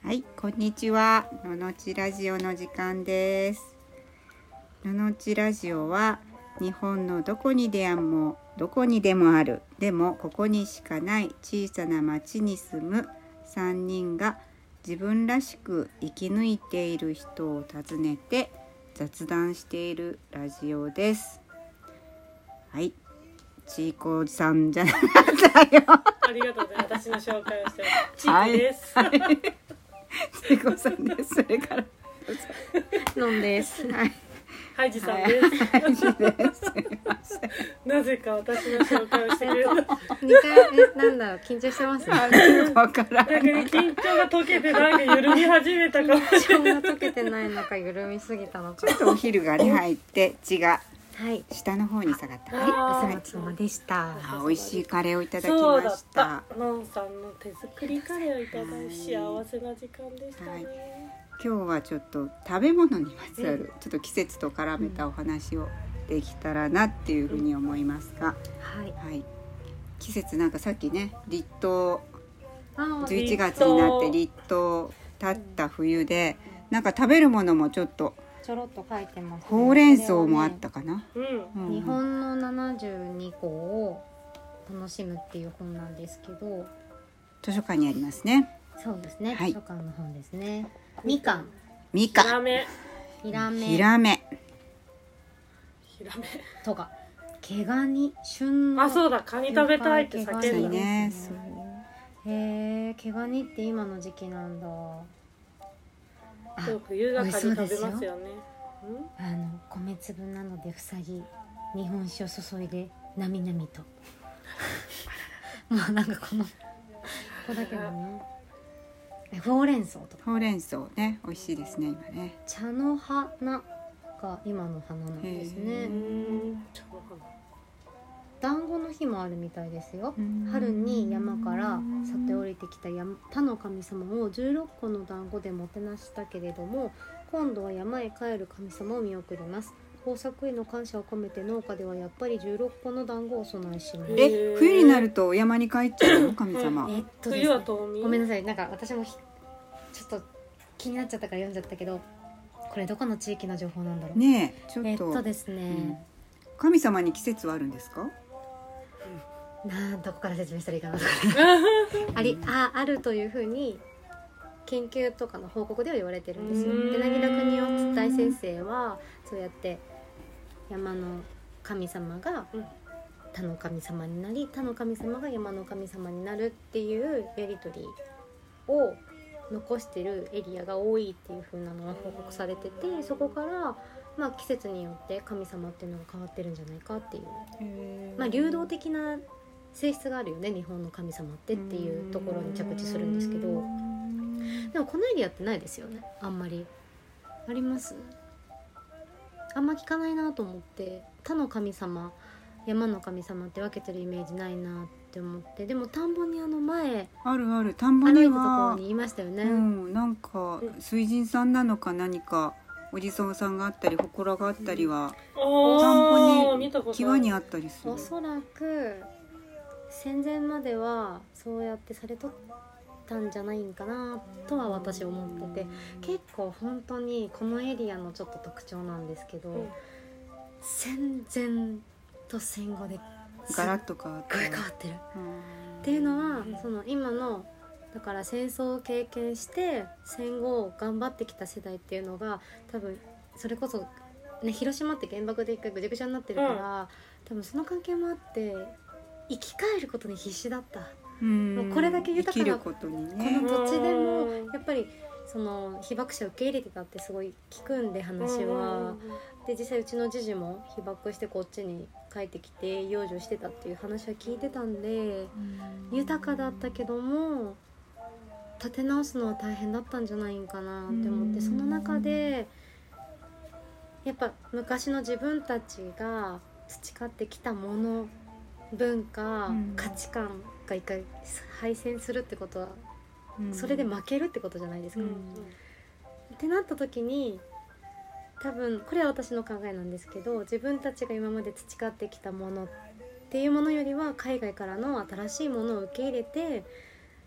はい、こんにちは。ののちラジオの時間です。ののちラジオは日本のどこにでもある、でもここにしかない小さな町に住む3人が自分らしく生き抜いている人を訪ねて雑談しているラジオです。はい、ちいこさんじゃなかったよ。 ありがとうね。私の紹介をしてちいこです。 はい、ちいこさんです。それからのんです。 はい、 ハイジさんです。 はい、です。すいません。 なぜか私の紹介をしてくれる。 2回なんだろう、緊張してますね。 わからなんかね、緊張が解けてなんか緩み始めたかもしれない。 緊張が解けてないのか緩みすぎたのか。 ちょっとお昼がね入って血がはい。 下の方に下がったね。 あお世話様でした。 美味しいカレーをいただきそうだまし。 ったた。のんさんの手作りカレーをいただいてはい幸せな時間でしたね。 はい今日はちょっと食べ物にまつわるちょっと季節と絡めたお話をできたらなっていうふうに思いますが、 はい。 はい、季節なんかさっきね立冬あ 11月になって立冬経った冬でなんか食べるものもちょっとちょろっと書いてます、ね。 ほうれん草もあったかな、 うん。 うん日本の72個を楽しむっていう本なんですけど、 図書館にありますね。 そうですね。 はい図書館の本ですね。みかん、 みかん、 ヒラメ。 ヒラメ、 ヒラメ、 ヒラメ。 とか毛ガニ、旬のあ、そうだ。カニ食べたいって叫そうんだ。 ねへえ、毛ガニって今の時期なんだ。あそう、冬がカニ食べますよね。 米粒なので塞ぎ日本酒を注いでなみなみともうなんかここだけどね。ほうれん草とかほうれん草ね美味しいですね今ね。 茶の花が今の花なんですうね。 ん。茶の花。 団子の日もあるみたいですよ。 うん春に山から里へ降りてきた他の神様を16個の団子でもてなしたけれども、今度は山へ帰る神様を見送ります。豊作への感謝を込めて農家ではやっぱり16個の団子をお供えします。 冬になると山に帰っちゃうの神様。 です冬は冬眠。 ごめんなさい、なんか私もちょっと気になっちゃったから読んじゃったけど、これどこの地域の情報なんだろう。 ねえちょっと、 ですね、 神様に季節はあるんですか？ どこから説明したらいいかなとかあるというふうに研究とかの報告では言われてるんですよ。で柳田国男大先生はそうやって山の神様が他の神様になり、他の神様が山の神様になるっていうやり取りを残してるエリアが多いっていう風なのが報告されてて、そこから季節によって神様っていうのが変わってるんじゃないかっていう、流動的な性質があるよね日本の神様ってっていうところに着地するんですけど、でもこのエリアってないですよね。あんまりあります？あんま聞かないなと思って、他の神様山の神様って分けてるイメージないなって思って、でも田んぼに前あるある田んぼに歩いたとこはろにいましたよね。 なんか水神さんなのか何かお地蔵さんがあったり祠があったりは、田んぼに際にあったりする。 おそらく戦前まではそうやってされとったんじゃないんかなとは私思ってて、結構本当にこのエリアのちょっと特徴なんですけど、戦前と戦後でガラッと変わって変わってるっていうのは、その今のだから戦争を経験して戦後頑張ってきた世代っていうのが多分それこそ、ね、広島って原爆で一回ぐちゃぐちゃになってるから、多分その関係もあって生き返ることに必死だった。もうこれだけ豊かな生きることにね、 この土地でもやっぱりその被爆者受け入れてたってすごい聞くんで話は。で実際うちの知事も被爆してこっちに帰ってきて養生してたっていう話は聞いてたんで、豊かだったけども立て直すのは大変だったんじゃないんかなって思って、その中でやっぱ昔の自分たちが培ってきたもの、文化、価値観が一回敗戦するってことは、それで負けるってことじゃないですか、ってなった時に多分これは私の考えなんですけど、自分たちが今まで培ってきたものっていうものよりは海外からの新しいものを受け入れて、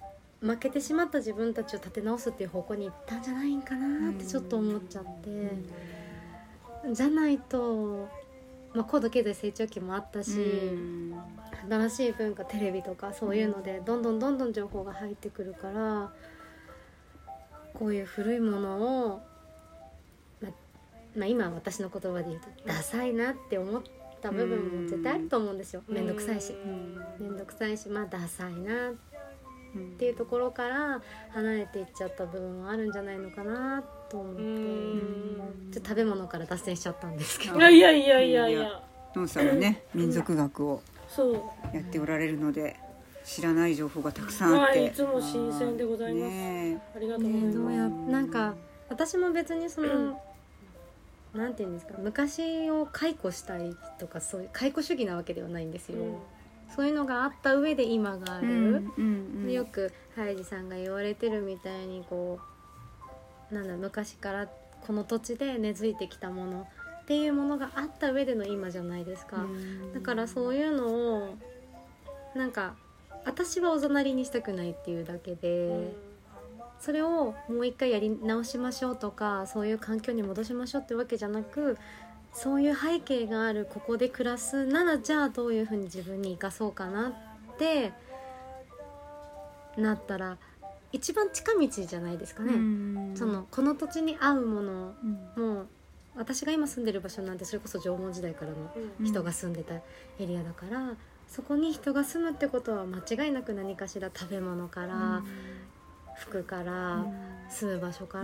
負けてしまった自分たちを立て直すっていう方向に行ったんじゃないんかなってちょっと思っちゃって、じゃないと、高度経済成長期もあったし、新しい文化テレビとかそういうのでどんどん情報が入ってくるから、こういう古いものを、今私の言葉で言うとダサいなって思った部分も絶対あると思うんですよ。めんどくさいし、ダサいなっていうところから離れていっちゃった部分はあるんじゃないのかなと思って、ちょっと食べ物から脱線しちゃったんですけど、 いやのんさんはね民族学をそうやっておられるので知らない情報がたくさんあって、 いつも新鮮でございます、ありがとうございます。 なんか私も別にその、なんていうんですか、昔を解雇したいとかそういう解雇主義なわけではないんですよ、そういうのがあった上で今がある、よくハイジさんが言われてるみたいにこう昔からこの土地で根付いてきたものっていうものがあった上での今じゃないですか、だからそういうのをなんか私はおざなりにしたくないっていうだけで、それをもう一回やり直しましょうとかそういう環境に戻しましょうってわけじゃなく、そういう背景があるここで暮らすならじゃあどういうふうに自分に生かそうかなってなったら一番近道じゃないですかね。この土地に合うもの、もう私が今住んでる場所なんてそれこそ縄文時代からの人が住んでたエリアだから、そこに人が住むってことは間違いなく何かしら食べ物から、服から、住む場所から、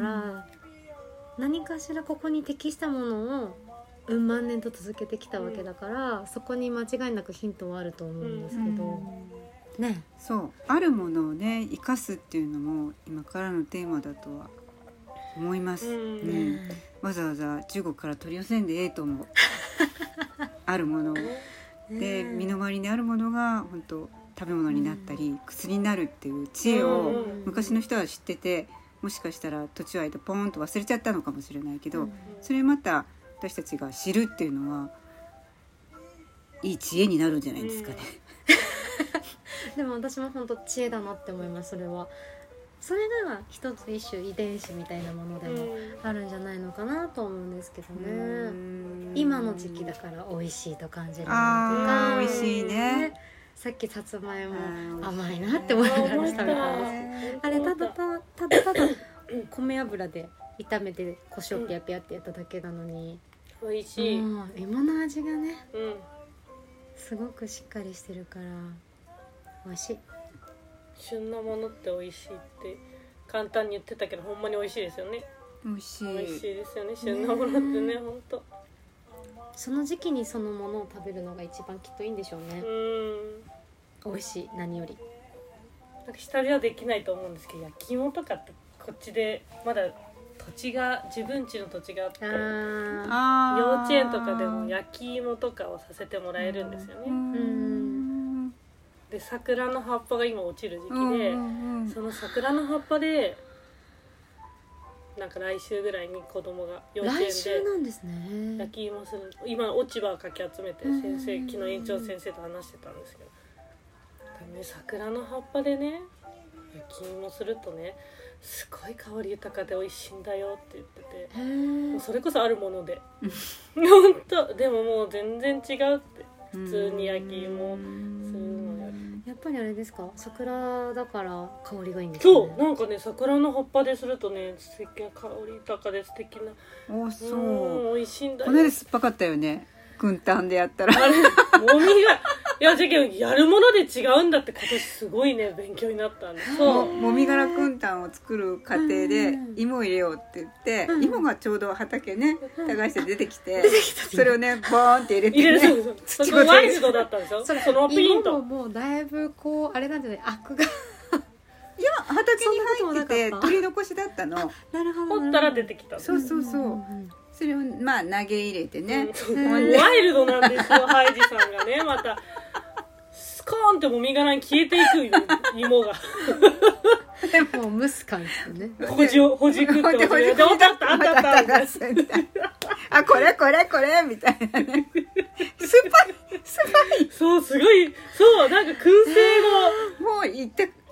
何かしらここに適したものをうん万年と続けてきたわけだから、そこに間違いなくヒントはあると思うんですけど、ね、 そうあるものをね生かすっていうのも今からのテーマだとは思います、わざわざ中国から取り寄せんでええと思うあるものをで身の回りにあるものが本当食べ物になったり、薬になるっていう知恵を昔の人は知ってて、もしかしたら途中間ポーンと忘れちゃったのかもしれないけど、それまた私たちが知るっていうのはいい知恵になるんじゃないですかね、 でも私も本当知恵だなって思います。それが一つ一種遺伝子みたいなものでもあるんじゃないのかなと思うんですけどね。今の時期だから美味しいと感じるのとか、 美味しいね。 さっきさつまいも甘いなって思いながら食べたんです。あれただ米油で炒めて胡椒ピヤピヤってやっただけなのに、 美味しい。 芋の味がね、すごくしっかりしてるから美味しい。 旬なものって美味しいって簡単に言ってたけど、ほんまに美味しいですよね。 美味しいですよね、旬なものってね、本当。 その時期にそのものを食べるのが一番きっといいんでしょうね。美味しい、何より。 なんか下ではできないと思うんですけど、焼き芋とかってこっちでまだ自分家の土地があって、幼稚園とかでも焼き芋とかをさせてもらえるんですよね。で桜の葉っぱが今落ちる時期で、その桜の葉っぱでなんか来週ぐらいに子供が幼稚園で来週なんですね。 焼き芋する。今落ち葉をかき集めて先生、昨日園長先生と話してたんですけど、桜の葉っぱでね焼き芋するとね、すごい香り豊かで美味しいんだよって言ってて、もうそれこそあるもので本当でももう全然違うって、普通に焼き芋するのより。 やっぱりあれですか、桜だから香りがいいんですかね。 そうなんかね、桜の葉っぱでするとね、素敵な香り豊かで素敵な。 そう美味しいんだよ。 この間酸っぱかったよね、くんたんでやったら。 あれもみがいや、じゃけどやるもので違うんだって今年すごいね勉強になったんで。そうもみ殻くんたんを作る過程で芋を入れようって言って、芋がちょうど畑ね耕して出てきて、それをねボーンって入れてね、 そこワイルドだったんですよ。そのピンと芋ももうだいぶこうあれなんじゃない、アクがいや畑に入ってて取り残しだったの。 なるほど。 掘ったら出てきた。 そうそうそう、それをまあ投げ入れてね、 ワイルドなんですよハイジさんがね、またスコーンってもみ殻に消えていく芋がもう蒸す感じでね、 ほじくってほじくって、あったあったあったあ、これみたいなね、酸っぱいそう、すごい、そう、なんか燻製のもう言って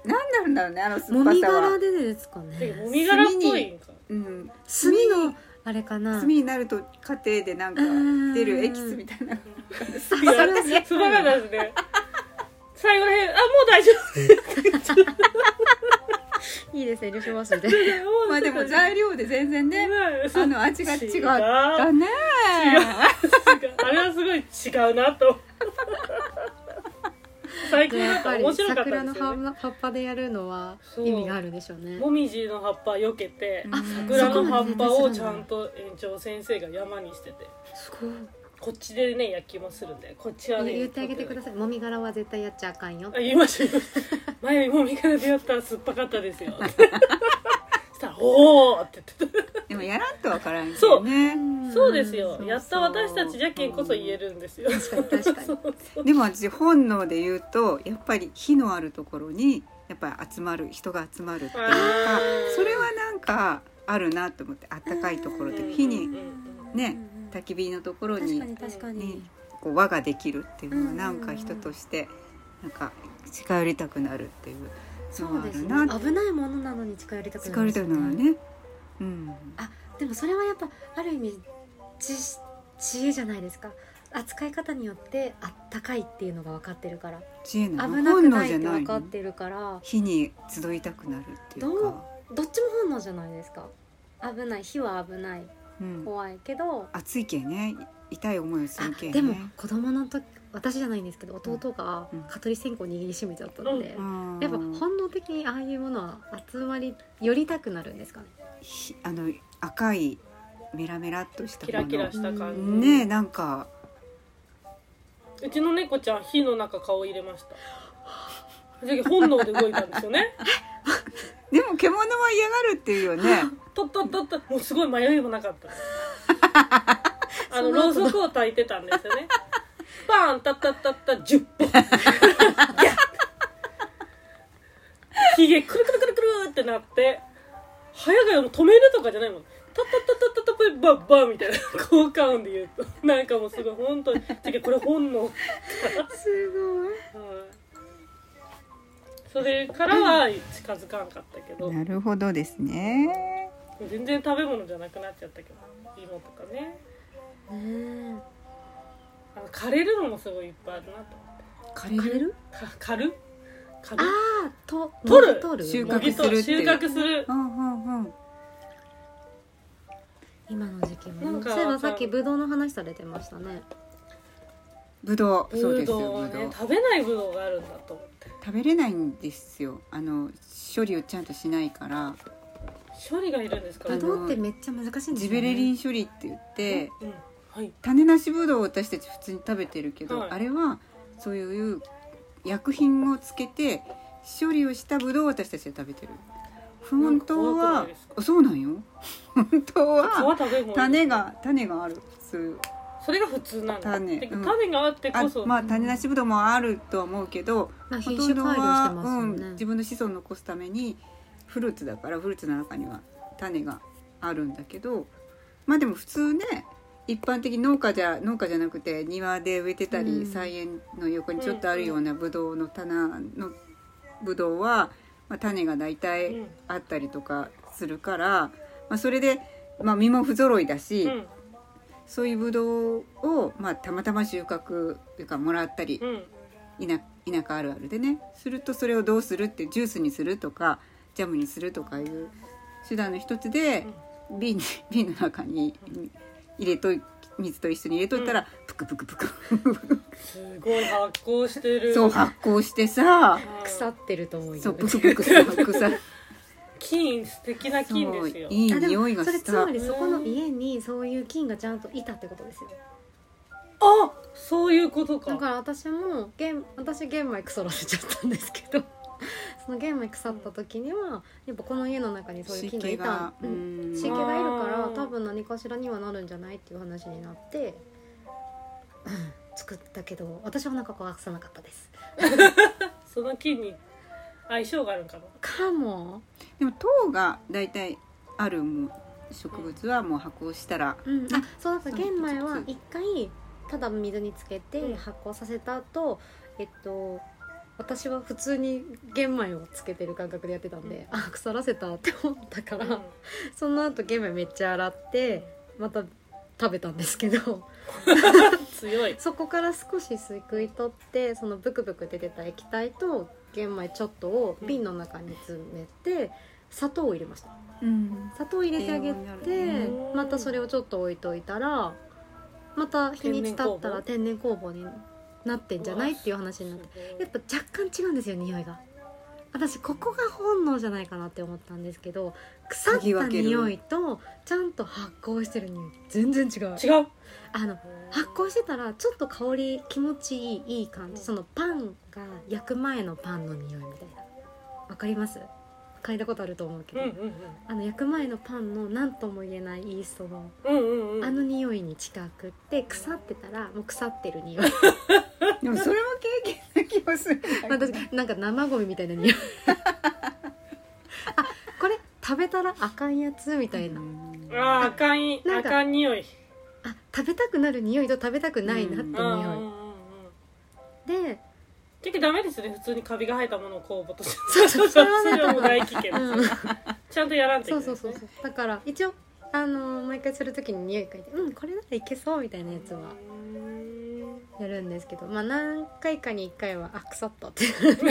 なんなるんだろうね、あの酸もみっぱさは。 殻でですかね。 もみ殻っぽいんか。 うん、 炭のあれかな。 炭になると家庭でなんか出るエキスみたいな。 いや、すばかったですね。最後の辺、あ、もう大丈夫。 いいですね、許しますね。 まあでも材料で全然ね、あの味が違ったね。 あれはすごい違うなと。最高だった。面白かった桜のですよね。 葉っぱでやるのは意味があるでしょうね。 もみじの葉っぱ避けて、 あ桜の葉っぱをちゃんと園長先生が山にしてて、 すごい。 こっちでね焼きもするんで、こっちはね言ってあげてください。もみ殻は絶対やっちゃあかんよ。 言いました。前にもみ殻でやったら酸っぱかったですよ。したらおーって言ってた。 でもやらんとわからんけどね。 そうですよ。 そうやった私たちじゃけんこそ言えるんですよ。 確かに確かに。 でも私本能で言うとやっぱり火のあるところにやっぱり集まる人が集まるっていうか、それはなんかあるなと思って、あったかいところで火にね、焚き火のところに確かに。 こう輪ができるっていうのはなんか人としてなんか近寄りたくなるっていうのがあるな。 危ないものなのに近寄りたくなる。 近寄りたくなるね。うん。 あ、でもそれはやっぱある意味知恵じゃないですか。扱い方によってあったかいっていうのが分かってるから、 知恵なの？ 危なく本ないって能じゃないの？ 分かってるから、 火に集いたくなるっていうか。 どっちも本能じゃないですか。危ない、火は危ない、怖いけど暑いけね、痛い思いをするけね。 でも子供の時、私じゃないんですけど弟が蚊取り線香握りしめちゃったので、やっぱ本能的にああいうものは集まり寄りたくなるんですかね。 あの赤いメラメラっとしたキラキラした感じね、なんかうちの猫ちゃん火の中顔入れました。本能で動いたんですよね。 でも獣は嫌がるっていうよね。 とっもうすごい迷いもなかった。ろうそくを焚いてたんですよね。パンタッタッタッタ10本。ひげくるくるくるくるってなって、早が止めるとかじゃないもん。タッタッタッタッタッタッバッバーみたいな効果音で言うとなんかもうすごい本当にこれ本能すごい。 それからは近づかんかったけど。 なるほどですね。 全然食べ物じゃなくなっちゃったけど、芋とかね。枯れるのもすごいいっぱいあるなと思って。 枯れる？ 刈る？ ああ、 取る収穫するっていう。 収穫する。 今の時期も。そういえばさっきブドウの話されてましたね。 ブドウ、そうですよ。 ブドウね、食べないブドウがあるんだと思って。 食べれないんですよ。処理をちゃんとしないから。 処理がいるんですか？ ブドウってめっちゃ難しいんですよね。 ジベレリン処理って言って、 種なしブドウを私たち普通に食べてるけど、あれはそういう薬品をつけて処理をしたブドウを私たちは食べてる。本当はそうなんよ。本当は種がある。普通それが普通なんだ。種があってこそ。 種なしブドウもあるとは思うけど、 品種改良してますよね。 自分の子孫を残すためにフルーツだから、フルーツの中には種があるんだけど、でも普通ね、一般的に農家じゃなくて庭で植えてたり、菜園の横にちょっとあるようなブドウの棚のブドウは、種がだいたいあったりとかするから、それで、実も不揃いだし、そういうブドウを、たまたま収穫というかもらったり、田舎あるあるでね、するとそれをどうするって、ジュースにするとかジャムにするとかいう手段の一つで、瓶の中に水と一緒に入れといたら、プクプクプクすごい発酵してる。 そう、発酵してさ、 腐ってると思うよ。 そう、プクプク腐菌、素敵な菌ですよ。 いい匂いがした。 それつまりそこの家にそういう菌がちゃんといたってことですよ。 あ、そういうことか。 だから私玄米腐らせちゃったんですけどその玄米腐った時にはやっぱこの家の中にそういう菌がいた、湿気がいるから多分何かしらにはなるんじゃないっていう話になって作ったけど、私はなんか壊さなかったですその菌に相性があるんかな。 かも。 でも糖がだいたいある植物はもう発酵したら、 そうだった。玄米は一回ただ水につけて発酵させた後、 私は普通に玄米をつけてる感覚でやってたんで、あ腐らせたって思ったから、その後玄米めっちゃ洗ってまた食べたんですけど強い。 そこから少しすくい取ってそのブクブク出てた液体と玄米ちょっとを瓶の中に詰めて砂糖を入れました、砂糖を入れてあげてまたそれをちょっと置いといたらまた日にち経ったら天然酵母になってんじゃないっていう話になって、やっぱ若干違うんですよ匂いが。私ここが本能じゃないかなって思ったんですけど、腐った匂いとちゃんと発酵してる匂い全然違う。発酵してたらちょっと香り気持ちいい感じ、そのパンが焼く前のパンの匂いみたいな、わかります？嗅いだことあると思うけど、焼く前のパンの何とも言えないイーストの、あの匂いに近くって腐ってたらもう腐ってる匂いでもそれも経験な気がする。 私なんか生ゴミみたいな匂いあこれ食べたらあかんやつみたいな、 あかん匂い、 あ食べたくなる匂いと食べたくないなって匂いで結局ダメですね、普通にカビが生えたものを酵母としてそれはもう大危険です、ちゃんとやらんといけないですね。 そうだから一応毎回するときに匂い嗅いでこれならいけそうみたいなやつはやるんですけど、まあ何回かに1回は腐ったって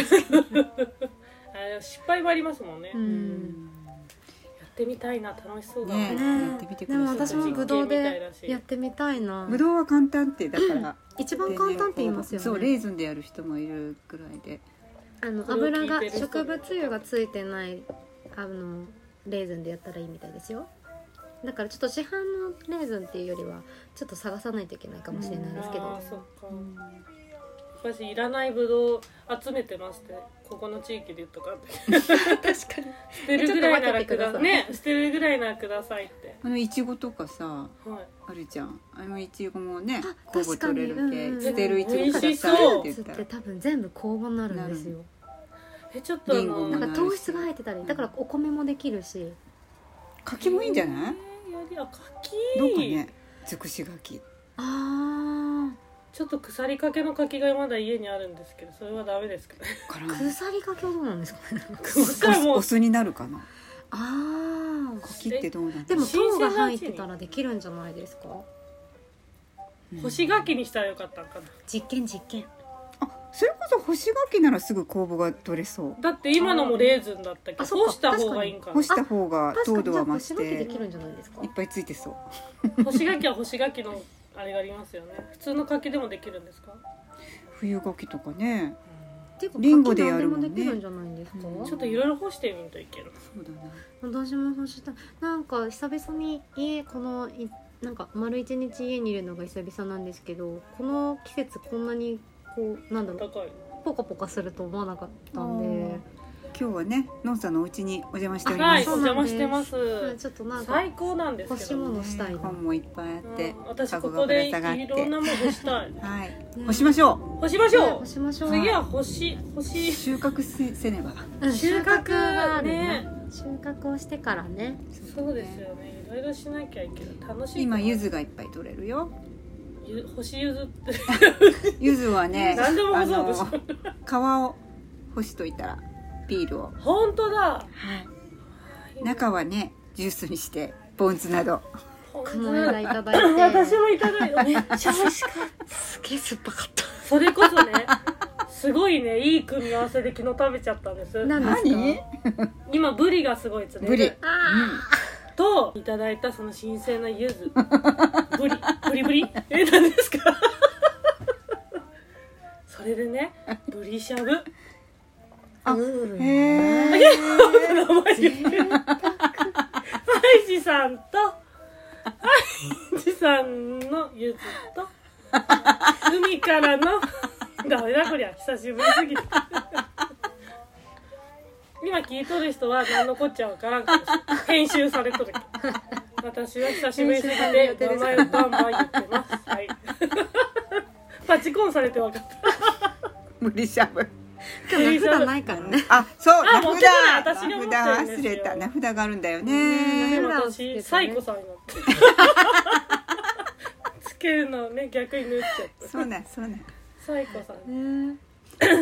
失敗もありますもんね。やってみたいな、楽しそうだね。 やってみてください。 でも私もブドウでやってみたいな。 ブドウは簡単ってだから一番簡単って言いますよね。 そうレーズンでやる人もいるくらいで、 油が植物油がついてないレーズンでやったらいいみたいですよ。だからちょっと市販のレーズンっていうよりはちょっと探さないといけないかもしれないですけど、 そっか、私いらないブドウ集めてますってここの地域で言っとかって確かに捨てるぐらいならくださいね、捨てるぐらいならくださいって。 いちごとかさ、あるじゃん、いちごもね酵母取れるけ、捨てるいちごくださいって言ったら多分全部酵母になるんですよ。 ちょっとなんか糖質が入ってたり、だからお米もできるし、 柿もいいんじゃない？ 柿どうかね、尽くし柿。 ちょっと腐りかけの柿がまだ家にあるんですけど、それはダメですかね。 腐りかけはどうなんですかね。 お酢になるかな。柿ってどうなんでも糖が入ってたらできるんじゃないですか。 干し柿にしたらよかったんかな。 実験それこそ干し柿ならすぐ酵母が取れそう。 だって今のもレーズンだったけど、干した方がいいんかな。 干した方が糖度は増して干し柿できるんじゃないですか。 いっぱいついてそう。 干し柿は干し柿のあれがありますよね。普通の柿でもできるんですか？ 冬柿とかね、 リンゴでやるもんね。できるんじゃないんですか？ ちょっといろいろ干してみるといける。 そうだね。 私も干した。なんか久々になんか丸一日家にいるのが久々なんですけど、この季節こんなにこうなんだろう、ポカポカすると思わなかったんで。 今日はね、のんさんのお家にお邪魔しております。 ます。 はい、お邪魔してます。 ちょっとなんか最高なんですけど、 干し物したいな。 本もいっぱいあって、 私ここでいろんなもの干したい。 はい、干しましょう。 干しましょう。 干しましょう。 次は干し収穫せねば。 収穫ね。 収穫をしてからね。 そうですよね。いろいろしなきゃいけない。楽しい。 今柚子がいっぱい取れるよ。 干し柚子って。 柚子はね、 何でも干そうとしてる。 皮を干しといたら。ビールを。 本当だ。 はい。中はね、ジュースにしてポン酢など。 この間いただいて。 私もいただいて。めっちゃ美味しかった。 すげえ酸っぱかった。 それこそね、すごいね、いい組み合わせで昨日食べちゃったんです。 何？ 今ブリがすごいですね。 ブリ。 といただいたその新鮮な柚子。ブリ。何ですか？それでね、ブリしゃぶ。 名前言ってる。ハイジさんのゆずと海からのダメだこりゃ久しぶりすぎて今聞いとる人は何のこっちゃわからんかもしれない。編集されとるけど私は久しぶりすぎて名前をバンバン言ってます。はいパチコンされて分かった無理しゃぶ。 今日名札ないからね。 そう、名札。 私が持ってるんですよ。 忘れた。名札があるんだよね。 私サイコさんになってつけるのね、逆に縫っちゃった。 そうね。 サイコさん。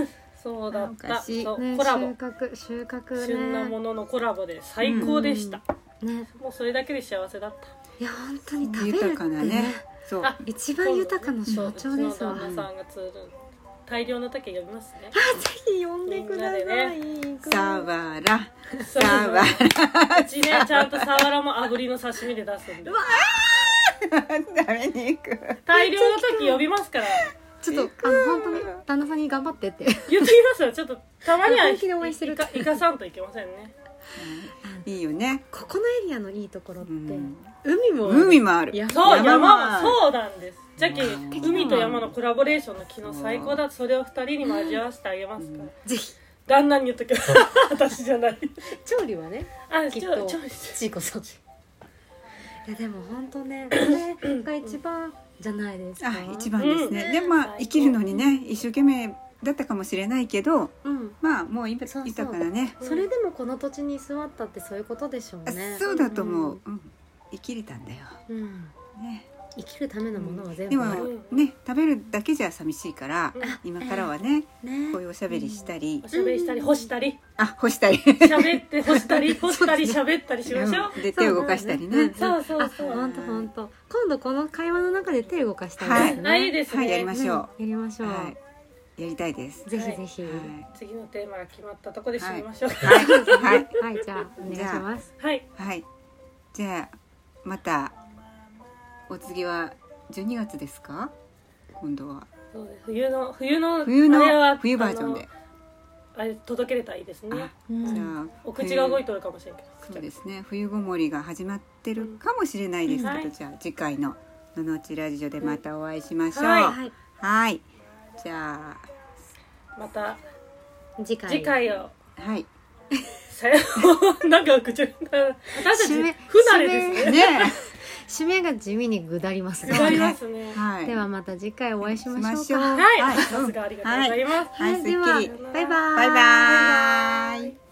そうだったおかしいそうね、 コラボ収穫ね。 旬なもののコラボで最高でした、 ね、 もうそれだけで幸せだったいや本当に食べる豊かってねなね。そう。 あ一番豊かな象徴ですわ。 うちの旦那さんが大量の竹読みますね。 ぜひ呼んでください。 サワラ、 そうサワラ。 うちねちゃんとサワラも炙りの刺身で出すんで食べに行く。 大量の時呼びますからちょっと本当に旦那さんに頑張ってって。 言ってきますよ。ちょっとたまには本気で応援してるイカさんといけませんね。 いいよね。 ここのエリアのいいところってうん海もある。 いやそう山ははそうなんです。じゃけ海と山のコラボレーションの昨日最高だ。それを2人にも味わわせてあげますから。 ぜひ旦那に言っとく。私じゃない。 調理はねあ、 きっとちょちいこさん。いやでも本当ねこれが一番じゃないですか。 あ、一番ですね。でまあ生きるのにね一生懸命だったかもしれないけど、 うん。 まあもうそうそう豊かなね。 それでもこの土地に居座ったってそういうことでしょうね。 そうだと思う。うん。生きれたんだよ。 うん。 ね。 生きるためのものは全でも部ある。 ね食べるだけじゃ寂しいからうん今からはねねこういうおしゃべりしたりおしゃべりしたり干したり干したり喋って干したり干したり喋ったりしましょう。 で手を動かしたりね。 そうそうあ、 そう。 本当本当。今度この会話の中で手を動かしたはいいですね。 あ、いいですはいやりね。 ましょう。 やりましょう。 はい。やりたいです。 ぜひぜひ。 は次のテーマが決まったところで締めましょう。 い。はい。 はい、じゃあお願いします。 はい。 はい。じゃあまたお次は12月ですか？今度はそうです。冬の冬のあれは冬バージョンで。 あれ届けれたらいいですね。 うんじゃあお口が動いとるかもしれんけど。 そうですね。冬ごもりが始まってるかもしれないですけど、 はいじゃあ次回のののちラジオでまたお会いしましょう。 はいはい。 はい。じゃまた次回。 次回をあはい。 さよなんか口私たち締め不慣れですね。 ね締めが地味にぐだりますわかりますね。 はい。 ではまた次回お会いしましょうしましょうか。 はい。 はいさすがありがとうございます。 はい、すっきり。 ではバイバーイ。 バイバーイ。